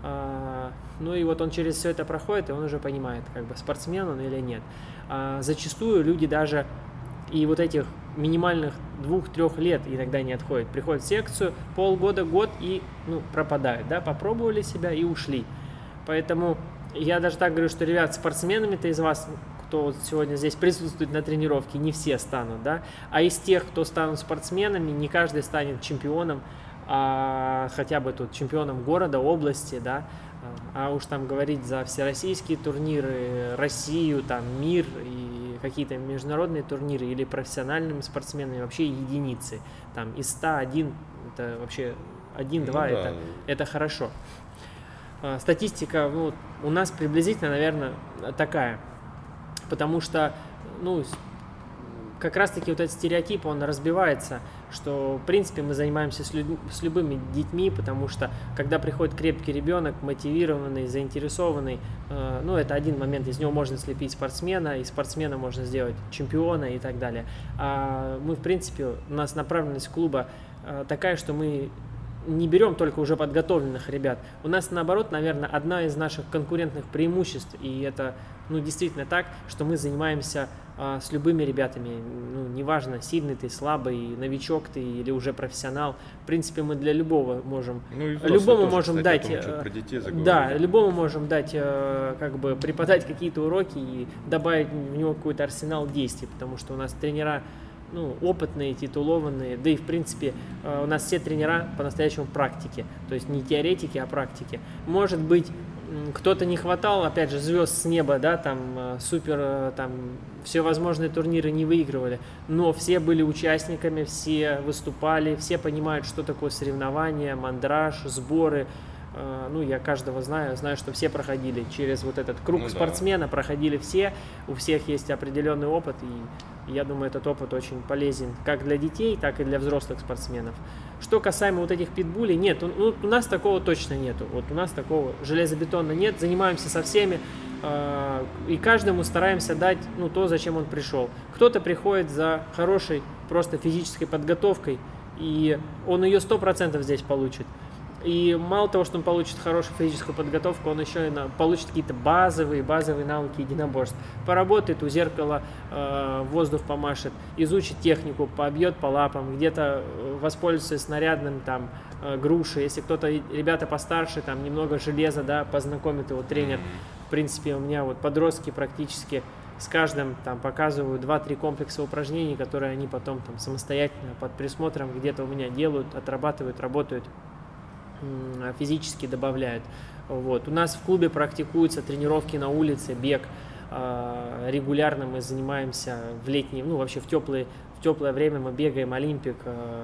Ну и вот он через все это проходит, и он уже понимает, как бы спортсмен он или нет. Зачастую люди даже и вот этих минимальных 2-3 лет иногда не отходят. Приходят в секцию, полгода, год и пропадают, попробовали себя и ушли. Поэтому я даже так говорю, что, ребят, спортсменами-то из вас, кто вот сегодня здесь присутствует на тренировке, не все станут, а из тех, кто станут спортсменами, не каждый станет чемпионом, хотя бы тут чемпионом города, области, а уж там говорить за всероссийские турниры, Россию, там мир и какие-то международные турниры или профессиональными спортсменами вообще единицы. Там из 100 1, это вообще 1-2, это хорошо. Статистика у нас приблизительно, наверное, такая, потому что, как раз-таки вот этот стереотип, он разбивается, что, в принципе, мы занимаемся с любыми детьми, потому что, когда приходит крепкий ребенок, мотивированный, заинтересованный, это один момент, из него можно слепить спортсмена, из спортсмена можно сделать чемпиона и так далее. А мы, в принципе, у нас направленность клуба такая, что мы не берем только уже подготовленных ребят. У нас, наоборот, наверное, одна из наших конкурентных преимуществ, и это действительно так, что мы занимаемся с любыми ребятами, неважно, сильный ты, слабый, новичок ты или уже профессионал. В принципе, мы для любого можем, любому можем дать, любому можем дать, преподать какие-то уроки и добавить в него какой-то арсенал действий, потому что у нас тренера опытные, титулованные, да и в принципе у нас все тренера по-настоящему практики, то есть не теоретики, а практики. Может быть, кто-то не хватал, опять же, звезд с неба, супер, все возможные турниры не выигрывали, но все были участниками, все выступали, все понимают, что такое соревнования, мандраж, сборы. Я каждого знаю, что все проходили через вот этот круг спортсмена, проходили все, у всех есть определенный опыт, и я думаю, этот опыт очень полезен как для детей, так и для взрослых спортсменов. Что касаемо вот этих питбулей, нет, у нас такого точно нету, вот у нас такого железобетона нет, занимаемся со всеми, и каждому стараемся дать то, зачем он пришел. Кто-то приходит за хорошей просто физической подготовкой, и он ее 100% здесь получит. И мало того, что он получит хорошую физическую подготовку, он еще и получит какие-то базовые навыки единоборств. Поработает у зеркала, воздух помашет, изучит технику, побьет по лапам, где-то воспользуется снарядным, грушей. Если кто-то, ребята постарше, немного железа, познакомит его тренер. В принципе, у меня подростки практически с каждым показываю 2-3 комплекса упражнений, которые они потом самостоятельно под присмотром где-то у меня делают, отрабатывают, работают, физически добавляют. У нас в клубе практикуются тренировки на улице, бег. Регулярно мы занимаемся в летние, вообще в теплое время мы бегаем Олимпик,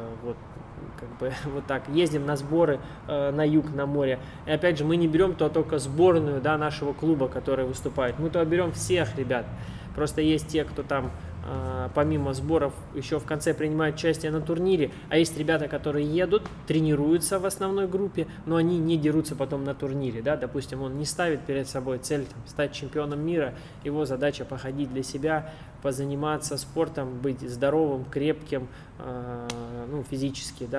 так, ездим на сборы на юг, на море. И опять же, мы не берем только сборную нашего клуба, который выступает, мы берем всех ребят. Просто есть те, кто помимо сборов еще в конце принимают участие на турнире, а есть ребята, которые едут, тренируются в основной группе, но они не дерутся потом на турнире, допустим, он не ставит перед собой цель стать чемпионом мира, его задача походить для себя, позаниматься спортом, быть здоровым, крепким, физически,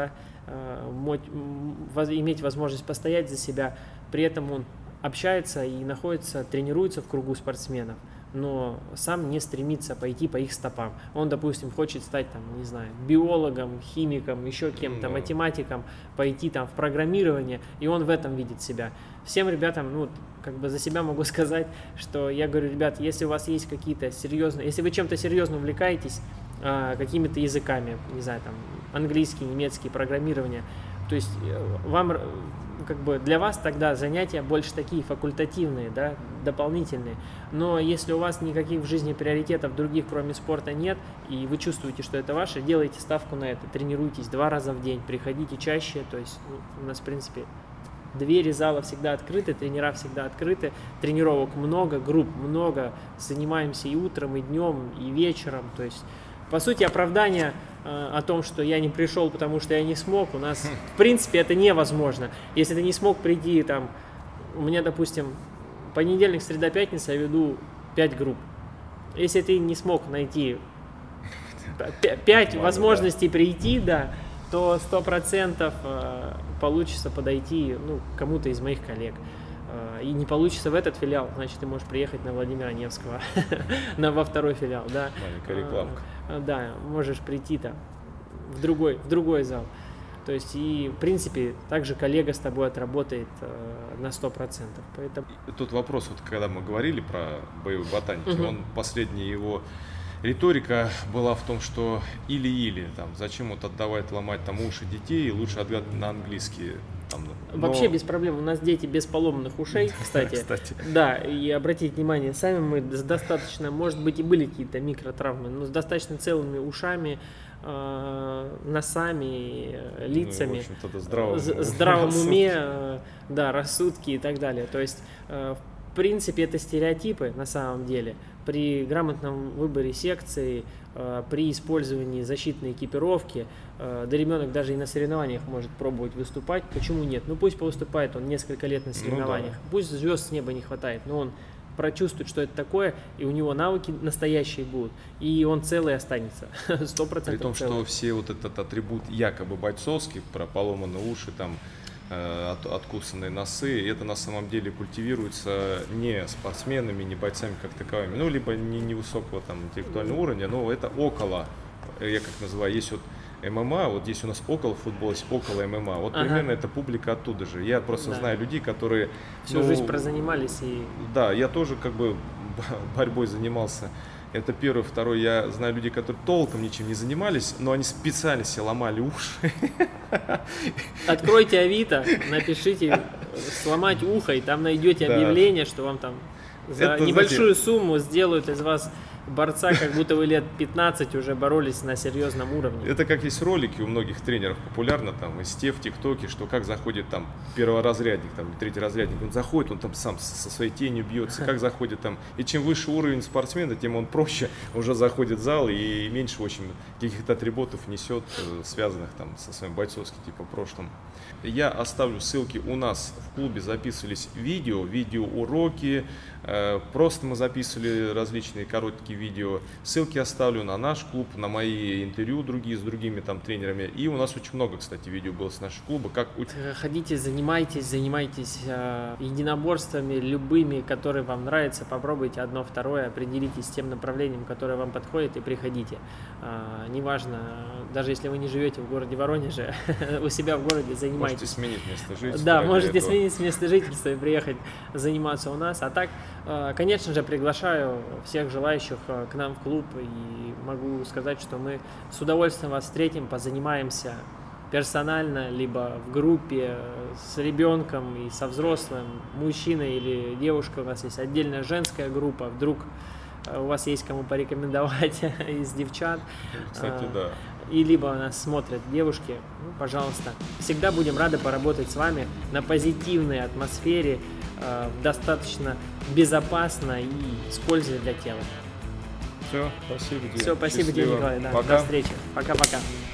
иметь возможность постоять за себя, при этом он общается и тренируется в кругу спортсменов. но сам не стремится пойти по их стопам. Он, допустим, хочет стать, там, не знаю, биологом, химиком, еще кем-то, математиком, пойти там в программирование, и он в этом видит себя. Всем ребятам, ну, как бы за себя могу сказать, что я говорю, ребят, если у вас есть какие-то серьезные, если вы чем-то серьезно увлекаетесь, какими-то языками, не знаю, там, английский, немецкий, программирование, то есть вам, как бы для вас тогда занятия больше такие факультативные, да, дополнительные. Но если у вас никаких в жизни приоритетов других, кроме спорта, нет, и вы чувствуете, что это ваше, делайте ставку на это, тренируйтесь 2 раза в день, приходите чаще. То есть у нас, в принципе, двери зала всегда открыты, тренера всегда открыты, тренировок много, групп много, занимаемся и утром, и днем, и вечером. То есть, по сути, оправдание о том, что я не пришел, потому что я не смог, у нас, в принципе, это невозможно. Если ты не смог прийти, там, у меня, допустим, понедельник, среда, пятница я веду 5 групп. Если ты не смог найти 5 возможностей прийти, да, то 100% получится подойти, ну, к кому-то из моих коллег. И не получится в этот филиал, значит, ты можешь приехать на Владимира Невского, во второй филиал, да. Маленькая рекламка. Да, можешь прийти там в другой зал. То есть, и, в принципе, также коллега с тобой отработает на 100%. Поэтому... Тут вопрос, вот когда мы говорили про боевые ботаники, он, последняя его риторика была в том, что или-или, там, зачем вот отдавать, ломать там уши детей, лучше отдать на английский. Там, Вообще без проблем. У нас дети без поломанных ушей, кстати. Да, и обратите внимание, сами мы с достаточно, может быть, и были какие-то микротравмы, но с достаточно целыми ушами, носами, лицами, ну, в общем-то, здравом уме, да, рассудке и так далее. То есть, в принципе, это стереотипы на самом деле. При грамотном выборе секции, при использовании защитной экипировки, да, ребенок даже и на соревнованиях может пробовать выступать. Почему нет? Ну пусть повыступает он несколько лет на соревнованиях, ну, да. Пусть звезд с неба не хватает, но он прочувствует, что это такое, и у него навыки настоящие будут, и он целый останется, 100%. При том, целый. Что все вот этот атрибут якобы бойцовский, про поломанные уши, там, откусанные носы, это на самом деле культивируется не спортсменами, не бойцами как таковыми, ну, либо не невысокого там интеллектуального уровня, но это около, я как называю, есть вот ММА, вот здесь у нас около футбола, есть около ММА, вот примерно эта публика оттуда же. Я просто знаю людей, которые... Всю жизнь прозанимались и... Да, я тоже как бы борьбой занимался. Это первый, второй, я знаю людей, которые толком ничем не занимались, но они специально себе ломали уши. Откройте Авито, напишите «сломать ухо», и там найдете объявление, что вам там за это, небольшую сумму сделают из вас борца, как будто вы лет 15 уже боролись на серьезном уровне. Это как есть ролики у многих тренеров популярно, там, из в ТикТоке, что как заходит там перворазрядник, там, третьеразрядник, он заходит, он там сам со своей тенью бьется, как заходит там, и чем выше уровень спортсмена, тем он проще уже заходит в зал и меньше очень каких-то атрибутов несет, связанных там со своим бойцовским типа прошлым. Я оставлю ссылки, у нас в клубе записывались видеоуроки, просто мы записывали различные короткие видео. Ссылки оставлю на наш клуб, на мои интервью другие с другими там тренерами. И у нас очень много, кстати, видео было с нашего клуба. Ходите, занимайтесь единоборствами любыми, которые вам нравятся. Попробуйте одно, второе, определитесь с тем направлением, которое вам подходит, и приходите. Неважно, даже если вы не живете в городе Воронеже, у себя в городе занимайтесь. Можете сменить место жительства. Да, можете сменить место жительства и приехать заниматься у нас. А так, конечно же, приглашаю всех желающих к нам в клуб, и могу сказать, что мы с удовольствием вас встретим, позанимаемся персонально, либо в группе с ребенком и со взрослым, мужчиной или девушкой. У нас есть отдельная женская группа, вдруг у вас есть кому порекомендовать из девчат. Кстати, да. И либо нас смотрят девушки, ну, пожалуйста. Всегда будем рады поработать с вами на позитивной атмосфере, достаточно безопасно и с пользой для тела. Все, спасибо тебе. Все, спасибо тебе, Николай. Да, до встречи. Пока-пока.